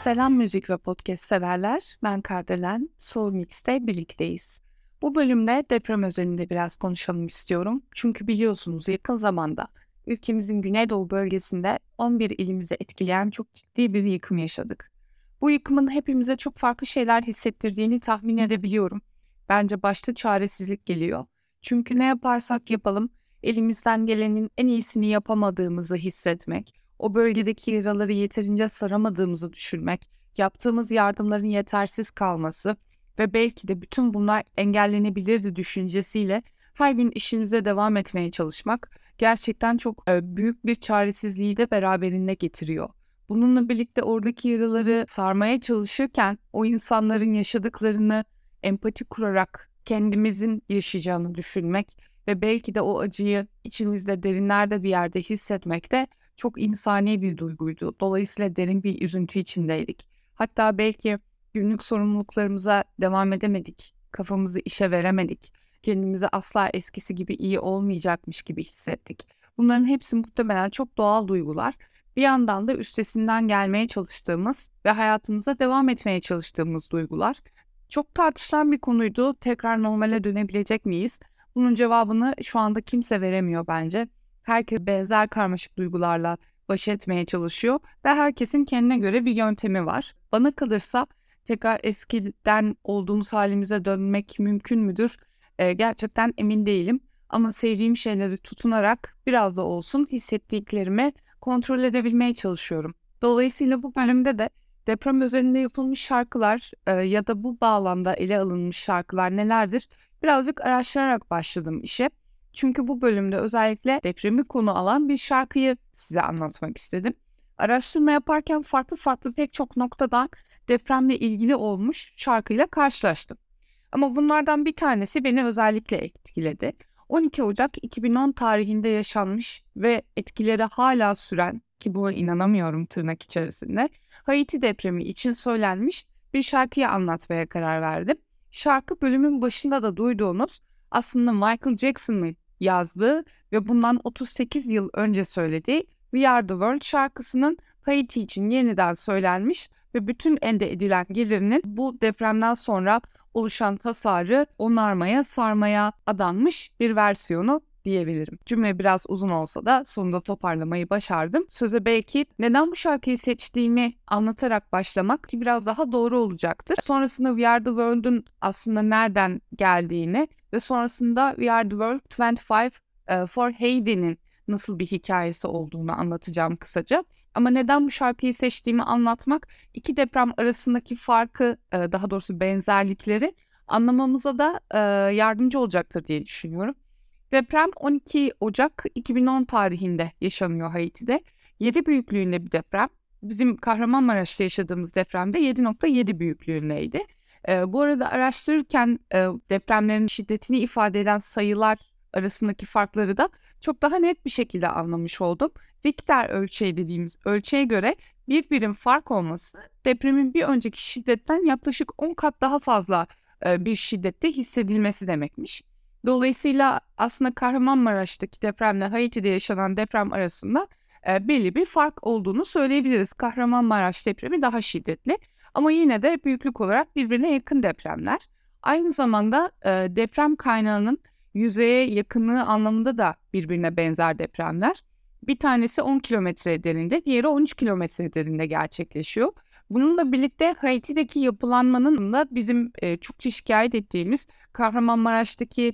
Selam müzik ve podcast severler. Ben Kardelen. Soul Mix'te birlikteyiz. Bu bölümde deprem özelinde biraz konuşalım istiyorum. Çünkü biliyorsunuz yakın zamanda ülkemizin Güneydoğu bölgesinde 11 ilimizi etkileyen çok ciddi bir yıkım yaşadık. Bu yıkımın hepimize çok farklı şeyler hissettirdiğini tahmin edebiliyorum. Bence başta çaresizlik geliyor. Çünkü ne yaparsak yapalım elimizden gelenin en iyisini yapamadığımızı hissetmek, o bölgedeki yaraları yeterince saramadığımızı düşünmek, yaptığımız yardımların yetersiz kalması ve belki de bütün bunlar engellenebilirdi düşüncesiyle her gün işimize devam etmeye çalışmak gerçekten çok büyük bir çaresizliği de beraberinde getiriyor. Bununla birlikte oradaki yaraları sarmaya çalışırken o insanların yaşadıklarını empati kurarak kendimizin yaşayacağını düşünmek ve belki de o acıyı içimizde derinlerde bir yerde hissetmek de çok insani bir duyguydu. Dolayısıyla derin bir üzüntü içindeydik. Hatta belki günlük sorumluluklarımıza devam edemedik. Kafamızı işe veremedik. Kendimizi asla eskisi gibi iyi olmayacakmış gibi hissettik. Bunların hepsi muhtemelen çok doğal duygular. Bir yandan da üstesinden gelmeye çalıştığımız ve hayatımıza devam etmeye çalıştığımız duygular. Çok tartışılan bir konuydu. Tekrar normale dönebilecek miyiz? Bunun cevabını şu anda kimse veremiyor bence. Herkes benzer karmaşık duygularla baş etmeye çalışıyor ve herkesin kendine göre bir yöntemi var. Bana kalırsa tekrar eskiden olduğumuz halimize dönmek mümkün müdür? Gerçekten emin değilim. Ama sevdiğim şeyleri tutunarak biraz da olsun hissettiklerimi kontrol edebilmeye çalışıyorum. Dolayısıyla bu bölümde de deprem özelinde yapılmış şarkılar ya da bu bağlamda ele alınmış şarkılar nelerdir? Birazcık araştırarak başladım işe. Çünkü bu bölümde özellikle depremi konu alan bir şarkıyı size anlatmak istedim. Araştırma yaparken farklı pek çok noktadan depremle ilgili olmuş şarkıyla karşılaştım. Ama bunlardan bir tanesi beni özellikle etkiledi. 12 Ocak 2010 tarihinde yaşanmış ve etkileri hala süren, ki buna inanamıyorum tırnak içerisinde, Haiti depremi için söylenmiş bir şarkıyı anlatmaya karar verdim. Şarkı bölümün başında da duyduğunuz aslında Michael Jackson'ın yazdığı ve bundan 38 yıl önce söylediği We Are The World şarkısının Haiti için yeniden söylenmiş ve bütün elde edilen gelirinin bu depremden sonra oluşan hasarı onarmaya, sarmaya adanmış bir versiyonu diyebilirim. Cümle biraz uzun olsa da sonunda toparlamayı başardım. Söze belki neden bu şarkıyı seçtiğimi anlatarak başlamak ki biraz daha doğru olacaktır. Sonrasında We Are The World'un aslında nereden geldiğini ve sonrasında We Are The World 25 for Haiti'nin nasıl bir hikayesi olduğunu anlatacağım kısaca. Ama neden bu şarkıyı seçtiğimi anlatmak, iki deprem arasındaki farkı, daha doğrusu benzerlikleri anlamamıza da yardımcı olacaktır diye düşünüyorum. Deprem 12 Ocak 2010 tarihinde yaşanıyor Haiti'de. 7 büyüklüğünde bir deprem. Bizim Kahramanmaraş'ta yaşadığımız depremde 7.7 büyüklüğündeydi. Bu arada araştırırken depremlerin şiddetini ifade eden sayılar arasındaki farkları da çok daha net bir şekilde anlamış oldum. Richter ölçeği dediğimiz ölçeğe göre bir birim fark olması depremin bir önceki şiddetten yaklaşık 10 kat daha fazla bir şiddette hissedilmesi demekmiş. Dolayısıyla aslında Kahramanmaraş'taki depremle Haiti'de yaşanan deprem arasında belli bir fark olduğunu söyleyebiliriz. Kahramanmaraş depremi daha şiddetli ama yine de büyüklük olarak birbirine yakın depremler. Aynı zamanda deprem kaynağının yüzeye yakınlığı anlamında da birbirine benzer depremler. Bir tanesi 10 kilometre derinde, diğeri 13 kilometre derinde gerçekleşiyor. Bununla birlikte Haiti'deki yapılanmanın da bizim çokça şikayet ettiğimiz Kahramanmaraş'taki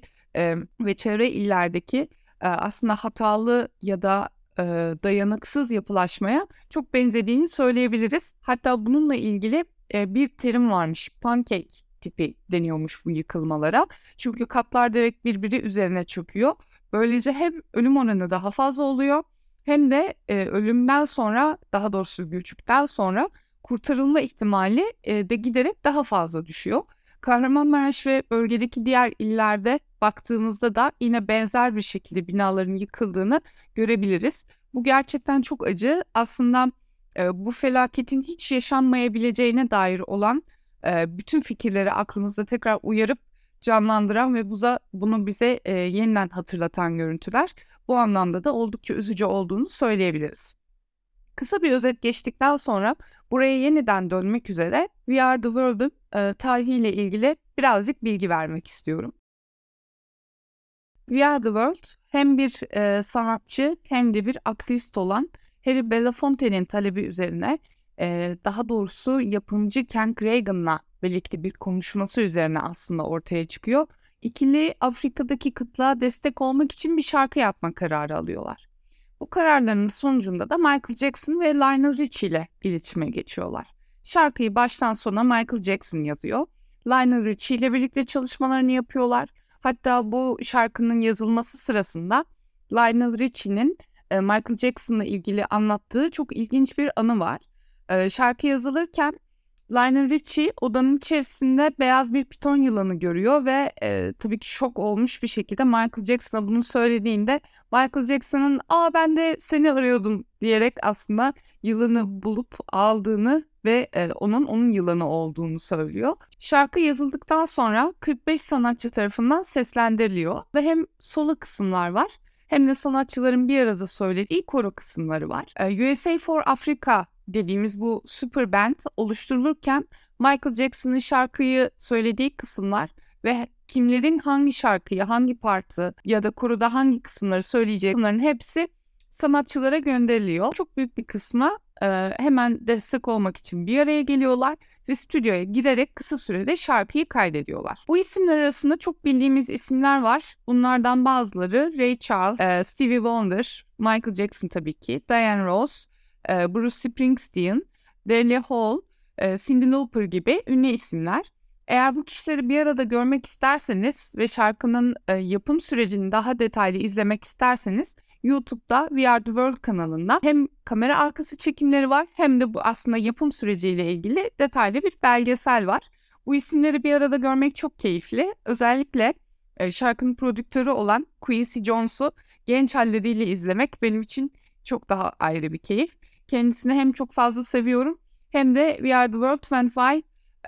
ve çevre illerdeki aslında hatalı ya da dayanıksız yapılaşmaya çok benzediğini söyleyebiliriz. Hatta bununla ilgili bir terim varmış, pancake tipi deniyormuş bu yıkılmalara. Çünkü katlar direkt birbiri üzerine çöküyor. Böylece hem ölüm oranı daha fazla oluyor hem de ölümden sonra, daha doğrusu göçükten sonra kurtarılma ihtimali de giderek daha fazla düşüyor. Kahramanmaraş ve bölgedeki diğer illerde baktığımızda da yine benzer bir şekilde binaların yıkıldığını görebiliriz. Bu gerçekten çok acı. Aslında bu felaketin hiç yaşanmayabileceğine dair olan bütün fikirleri aklımızda tekrar uyarıp canlandıran ve bunu bize yeniden hatırlatan görüntüler. Bu anlamda da oldukça üzücü olduğunu söyleyebiliriz. Kısa bir özet geçtikten sonra buraya yeniden dönmek üzere We Are The World'un tarihiyle ilgili birazcık bilgi vermek istiyorum. We Are The World hem bir sanatçı hem de bir aktivist olan Harry Belafonte'nin talebi üzerine, daha doğrusu yapımcı Ken Cragun'la birlikte bir konuşması üzerine aslında ortaya çıkıyor. İkili Afrika'daki kıtlığa destek olmak için bir şarkı yapma kararı alıyorlar. Bu kararlarının sonucunda da Michael Jackson ve Lionel Richie ile iletişime geçiyorlar. Şarkıyı baştan sona Michael Jackson yazıyor. Lionel Richie ile birlikte çalışmalarını yapıyorlar. Hatta bu şarkının yazılması sırasında Lionel Richie'nin Michael Jackson'la ilgili anlattığı çok ilginç bir anı var. Şarkı yazılırken Lionel Richie odanın içerisinde beyaz bir piton yılanı görüyor ve tabii ki şok olmuş bir şekilde Michael Jackson'a bunu söylediğinde Michael Jackson'ın ben de seni arıyordum diyerek aslında yılanı bulup aldığını ve onun yılanı olduğunu söylüyor. Şarkı yazıldıktan sonra 45 sanatçı tarafından seslendiriliyor ve hem solo kısımlar var hem de sanatçıların bir arada söylediği koro kısımları var. USA for Africa dediğimiz bu super band oluşturulurken Michael Jackson'ın şarkıyı söylediği kısımlar ve kimlerin hangi şarkıyı, hangi partı ya da koroda hangi kısımları söyleyeceği bunların hepsi sanatçılara gönderiliyor. Çok büyük bir kısmı hemen destek olmak için bir araya geliyorlar ve stüdyoya girerek kısa sürede şarkıyı kaydediyorlar. Bu isimler arasında çok bildiğimiz isimler var. Bunlardan bazıları Ray Charles, Stevie Wonder, Michael Jackson tabii ki, Diana Ross, Bruce Springsteen, Delia Hall, Cyndi Lauper gibi ünlü isimler. Eğer bu kişileri bir arada görmek isterseniz ve şarkının yapım sürecini daha detaylı izlemek isterseniz YouTube'da We Are The World kanalında hem kamera arkası çekimleri var hem de bu aslında yapım süreciyle ilgili detaylı bir belgesel var. Bu isimleri bir arada görmek çok keyifli. Özellikle şarkının prodüktörü olan Quincy Jones'u genç halleriyle izlemek benim için çok daha ayrı bir keyif. Kendisini hem çok fazla seviyorum hem de We Are The World When Why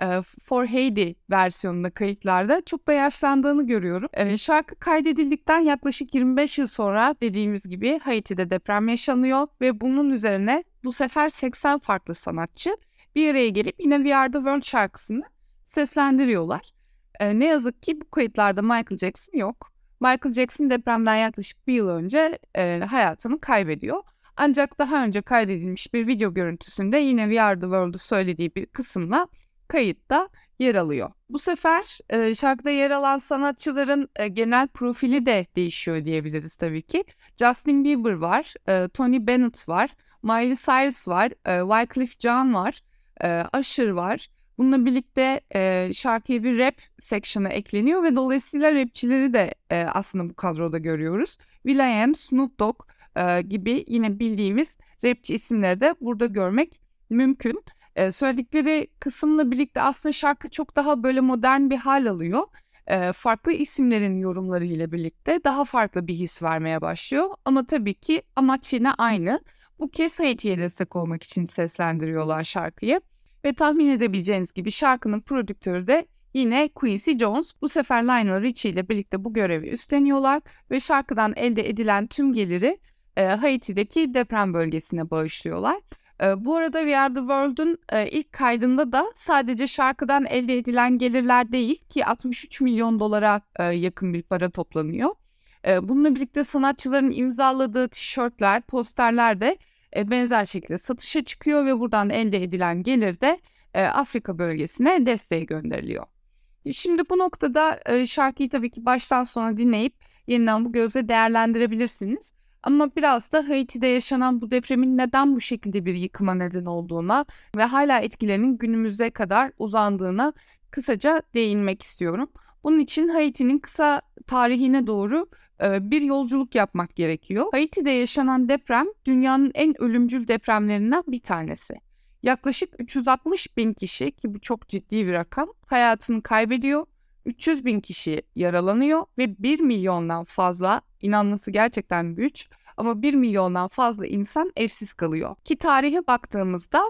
For Heidi versiyonunda kayıtlarda çok da yaşlandığını görüyorum. Şarkı kaydedildikten yaklaşık 25 yıl sonra dediğimiz gibi Haiti'de deprem yaşanıyor ve bunun üzerine bu sefer 80 farklı sanatçı bir araya gelip yine We Are The World şarkısını seslendiriyorlar. Ne yazık ki bu kayıtlarda Michael Jackson yok. Michael Jackson depremden yaklaşık bir yıl önce hayatını kaybediyor. Ancak daha önce kaydedilmiş bir video görüntüsünde yine We Are The World'u söylediği bir kısımla kayıtta yer alıyor. Bu sefer şarkıda yer alan sanatçıların genel profili de değişiyor diyebiliriz tabii ki. Justin Bieber var, Tony Bennett var, Miley Cyrus var, Wyclef Jean var, Usher var. Bununla birlikte şarkıya bir rap section'a ekleniyor ve dolayısıyla rapçileri de aslında bu kadroda görüyoruz. will.i.am, Snoop Dogg gibi yine bildiğimiz rapçi isimleri de burada görmek mümkün. Söyledikleri kısımla birlikte aslında şarkı çok daha böyle modern bir hal alıyor. Farklı isimlerin yorumları ile birlikte daha farklı bir his vermeye başlıyor. Ama tabii ki amaç yine aynı. Bu kez Haiti'ye destek olmak için seslendiriyorlar şarkıyı. Ve tahmin edebileceğiniz gibi şarkının prodüktörü de yine Quincy Jones. Bu sefer Lionel Richie ile birlikte bu görevi üstleniyorlar ve şarkıdan elde edilen tüm geliri Haiti'deki deprem bölgesine bağışlıyorlar. Bu arada We Are The World'un ilk kaydında da sadece şarkıdan elde edilen gelirler değil ki 63 milyon dolara yakın bir para toplanıyor. Bununla birlikte sanatçıların imzaladığı tişörtler, posterler de benzer şekilde satışa çıkıyor ve buradan elde edilen gelir de Afrika bölgesine desteğe gönderiliyor. Şimdi bu noktada şarkıyı tabii ki baştan sona dinleyip yeniden bu gözle değerlendirebilirsiniz. Ama biraz da Haiti'de yaşanan bu depremin neden bu şekilde bir yıkıma neden olduğuna ve hala etkilerinin günümüze kadar uzandığına kısaca değinmek istiyorum. Bunun için Haiti'nin kısa tarihine doğru bir yolculuk yapmak gerekiyor. Haiti'de yaşanan deprem dünyanın en ölümcül depremlerinden bir tanesi. Yaklaşık 360 bin kişi, ki bu çok ciddi bir rakam, hayatını kaybediyor. 300 bin kişi yaralanıyor ve 1 milyondan fazla, inanması gerçekten güç ama 1 milyondan fazla insan evsiz kalıyor. Ki tarihe baktığımızda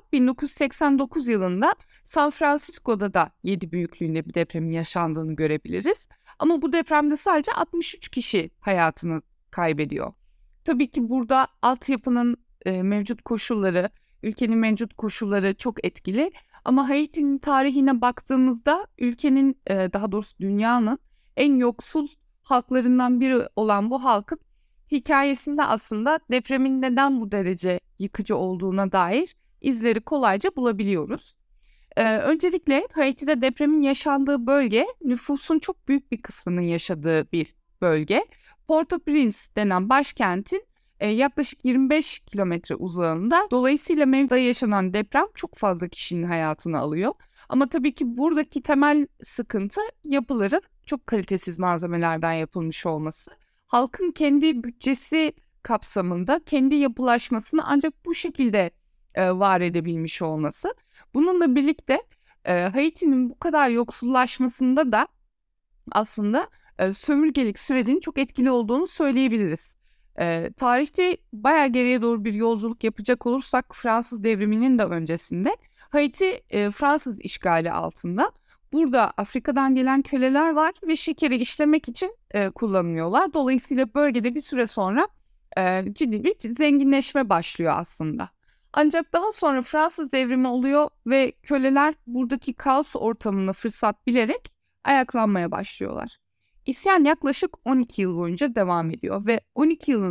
1989 yılında San Francisco'da da 7 büyüklüğünde bir depremin yaşandığını görebiliriz. Ama bu depremde sadece 63 kişi hayatını kaybediyor. Tabii ki burada altyapının mevcut koşulları, ülkenin mevcut koşulları çok etkili. Ama Haiti'nin tarihine baktığımızda ülkenin, daha doğrusu dünyanın en yoksul halklarından biri olan bu halkın hikayesinde aslında depremin neden bu derece yıkıcı olduğuna dair izleri kolayca bulabiliyoruz. Öncelikle Haiti'de depremin yaşandığı bölge nüfusun çok büyük bir kısmının yaşadığı bir bölge. Port-au-Prince denen başkentin yaklaşık 25 kilometre uzağında. Dolayısıyla mevzuda yaşanan deprem çok fazla kişinin hayatını alıyor. Ama tabii ki buradaki temel sıkıntı yapıların çok kalitesiz malzemelerden yapılmış olması. Halkın kendi bütçesi kapsamında kendi yapılaşmasını ancak bu şekilde var edebilmiş olması. Bununla birlikte Haiti'nin bu kadar yoksullaşmasında da aslında sömürgelik sürecinin çok etkili olduğunu söyleyebiliriz. Tarihte bayağı geriye doğru bir yolculuk yapacak olursak Fransız devriminin de öncesinde Haiti Fransız işgali altında. Burada Afrika'dan gelen köleler var ve şekeri işlemek için kullanılıyorlar. Dolayısıyla bölgede bir süre sonra ciddi bir zenginleşme başlıyor aslında. Ancak daha sonra Fransız devrimi oluyor ve köleler buradaki kaos ortamını fırsat bilerek ayaklanmaya başlıyorlar. İsyan yaklaşık 12 yıl boyunca devam ediyor ve 12 yılın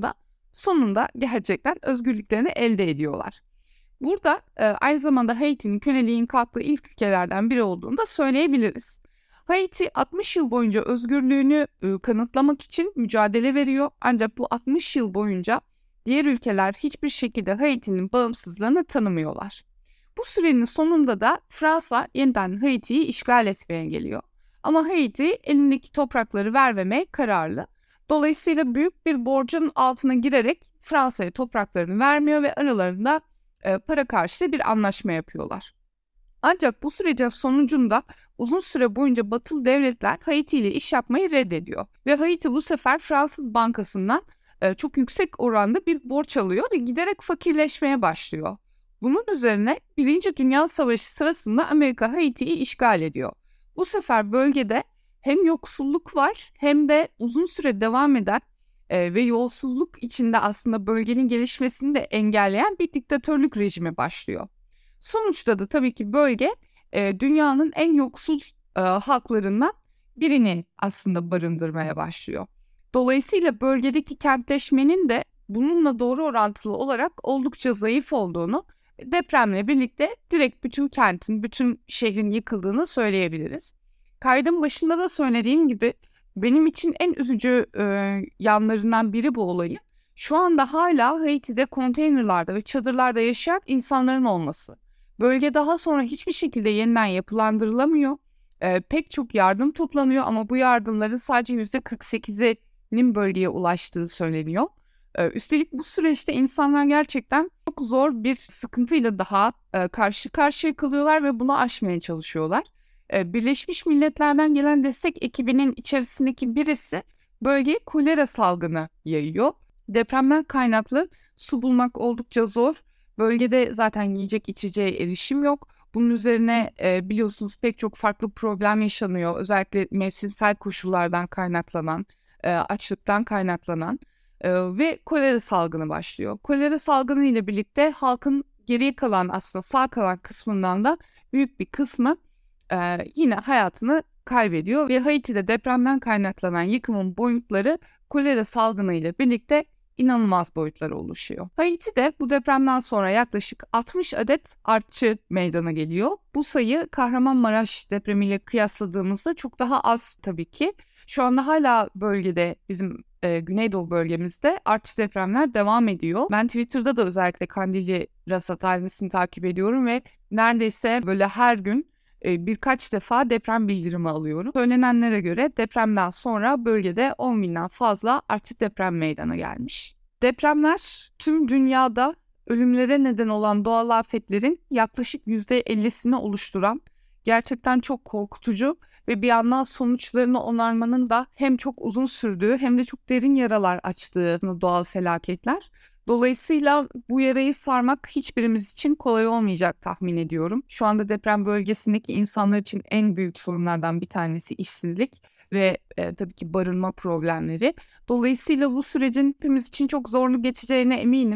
sonunda gerçekten özgürlüklerini elde ediyorlar. Burada aynı zamanda Haiti'nin köleliğin kalktığı ilk ülkelerden biri olduğunu da söyleyebiliriz. Haiti 60 yıl boyunca özgürlüğünü kanıtlamak için mücadele veriyor. Ancak bu 60 yıl boyunca diğer ülkeler hiçbir şekilde Haiti'nin bağımsızlığını tanımıyorlar. Bu sürenin sonunda da Fransa yeniden Haiti'yi işgal etmeye geliyor. Ama Haiti elindeki toprakları vermemeye kararlı. Dolayısıyla büyük bir borcun altına girerek Fransa'ya topraklarını vermiyor ve aralarında para karşılığı bir anlaşma yapıyorlar. Ancak bu sürecin sonucunda uzun süre boyunca batılı devletler Haiti ile iş yapmayı reddediyor. Ve Haiti bu sefer Fransız bankasından çok yüksek oranda bir borç alıyor ve giderek fakirleşmeye başlıyor. Bunun üzerine Birinci Dünya Savaşı sırasında Amerika Haiti'yi işgal ediyor. Bu sefer bölgede hem yoksulluk var hem de uzun süre devam eden ve yolsuzluk içinde aslında bölgenin gelişmesini de engelleyen bir diktatörlük rejimi başlıyor. Sonuçta da tabii ki bölge dünyanın en yoksul halklarından birini aslında barındırmaya başlıyor. Dolayısıyla bölgedeki kentleşmenin de bununla doğru orantılı olarak oldukça zayıf olduğunu, depremle birlikte direkt bütün kentin, bütün şehrin yıkıldığını söyleyebiliriz. Kaydın başında da söylediğim gibi benim için en üzücü yanlarından biri bu olayın. Şu anda hala Haiti'de konteynerlarda ve çadırlarda yaşayan insanların olması. Bölge daha sonra hiçbir şekilde yeniden yapılandırılamıyor. Pek çok yardım toplanıyor ama bu yardımların sadece %48'inin bölgeye ulaştığı söyleniyor. Üstelik bu süreçte insanlar gerçekten çok zor bir sıkıntıyla daha karşı karşıya kalıyorlar ve bunu aşmaya çalışıyorlar. Birleşmiş Milletler'den gelen destek ekibinin içerisindeki birisi bölgeye kolera salgını yayıyor. Depremden kaynaklı su bulmak oldukça zor. Bölgede zaten yiyecek içeceğe erişim yok. Bunun üzerine biliyorsunuz pek çok farklı problem yaşanıyor. Özellikle mevsimsel koşullardan kaynaklanan, açlıktan kaynaklanan ve kolera salgını başlıyor. Kolera salgını ile birlikte halkın geriye kalan aslında sağ kalan kısmından da büyük bir kısmı yine hayatını kaybediyor ve Haiti'de depremden kaynaklanan yıkımın boyutları kolera salgını ile birlikte inanılmaz boyutlara ulaşıyor. Haiti'de bu depremden sonra yaklaşık 60 adet artçı meydana geliyor. Bu sayı Kahramanmaraş depremiyle kıyasladığımızda çok daha az tabii ki. Şu anda hala bölgede bizim Güneydoğu bölgemizde artçı depremler devam ediyor. Ben Twitter'da da özellikle Kandilli Rasat ailesini takip ediyorum ve neredeyse böyle her gün birkaç defa deprem bildirimi alıyorum. Söylenenlere göre depremden sonra bölgede 10 binden fazla artçı deprem meydana gelmiş. Depremler tüm dünyada ölümlere neden olan doğal afetlerin yaklaşık %50'sini oluşturan gerçekten çok korkutucu ve bir yandan sonuçlarını onarmanın da hem çok uzun sürdüğü hem de çok derin yaralar açtığı doğal felaketler. Dolayısıyla bu yarayı sarmak hiçbirimiz için kolay olmayacak tahmin ediyorum. Şu anda deprem bölgesindeki insanlar için en büyük sorunlardan bir tanesi işsizlik ve tabii ki barınma problemleri. Dolayısıyla bu sürecin hepimiz için çok zorlu geçeceğine eminim.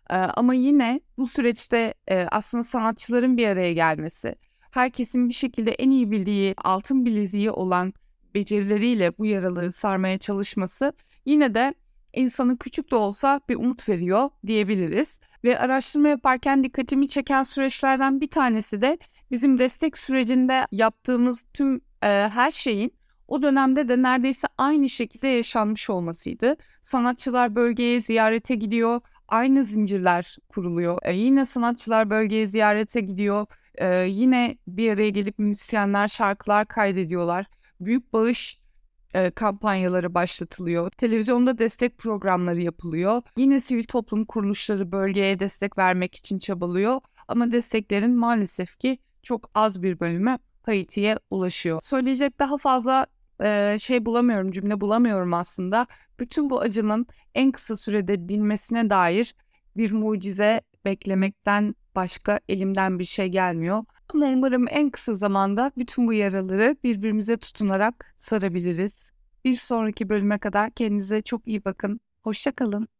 Ama yine bu süreçte aslında sanatçıların bir araya gelmesi, herkesin bir şekilde en iyi bildiği altın bileziği olan becerileriyle bu yaraları sarmaya çalışması yine de insanı küçük de olsa bir umut veriyor diyebiliriz. Ve araştırma yaparken dikkatimi çeken süreçlerden bir tanesi de bizim destek sürecinde yaptığımız tüm her şeyin o dönemde de neredeyse aynı şekilde yaşanmış olmasıydı. Sanatçılar bölgeye ziyarete gidiyor, aynı zincirler kuruluyor. Yine sanatçılar bölgeye ziyarete gidiyor. Yine bir araya gelip müzisyenler şarkılar kaydediyorlar. Büyük bağış kampanyaları başlatılıyor. Televizyonda destek programları yapılıyor. Yine sivil toplum kuruluşları bölgeye destek vermek için çabalıyor. Ama desteklerin maalesef ki çok az bir bölümü Haiti'ye ulaşıyor. Söyleyecek daha fazla cümle bulamıyorum aslında. Bütün bu acının en kısa sürede dinmesine dair bir mucize beklemekten başka elimden bir şey gelmiyor. Ama umarım en kısa zamanda bütün bu yaraları birbirimize tutunarak sarabiliriz. Bir sonraki bölüme kadar kendinize çok iyi bakın. Hoşça kalın.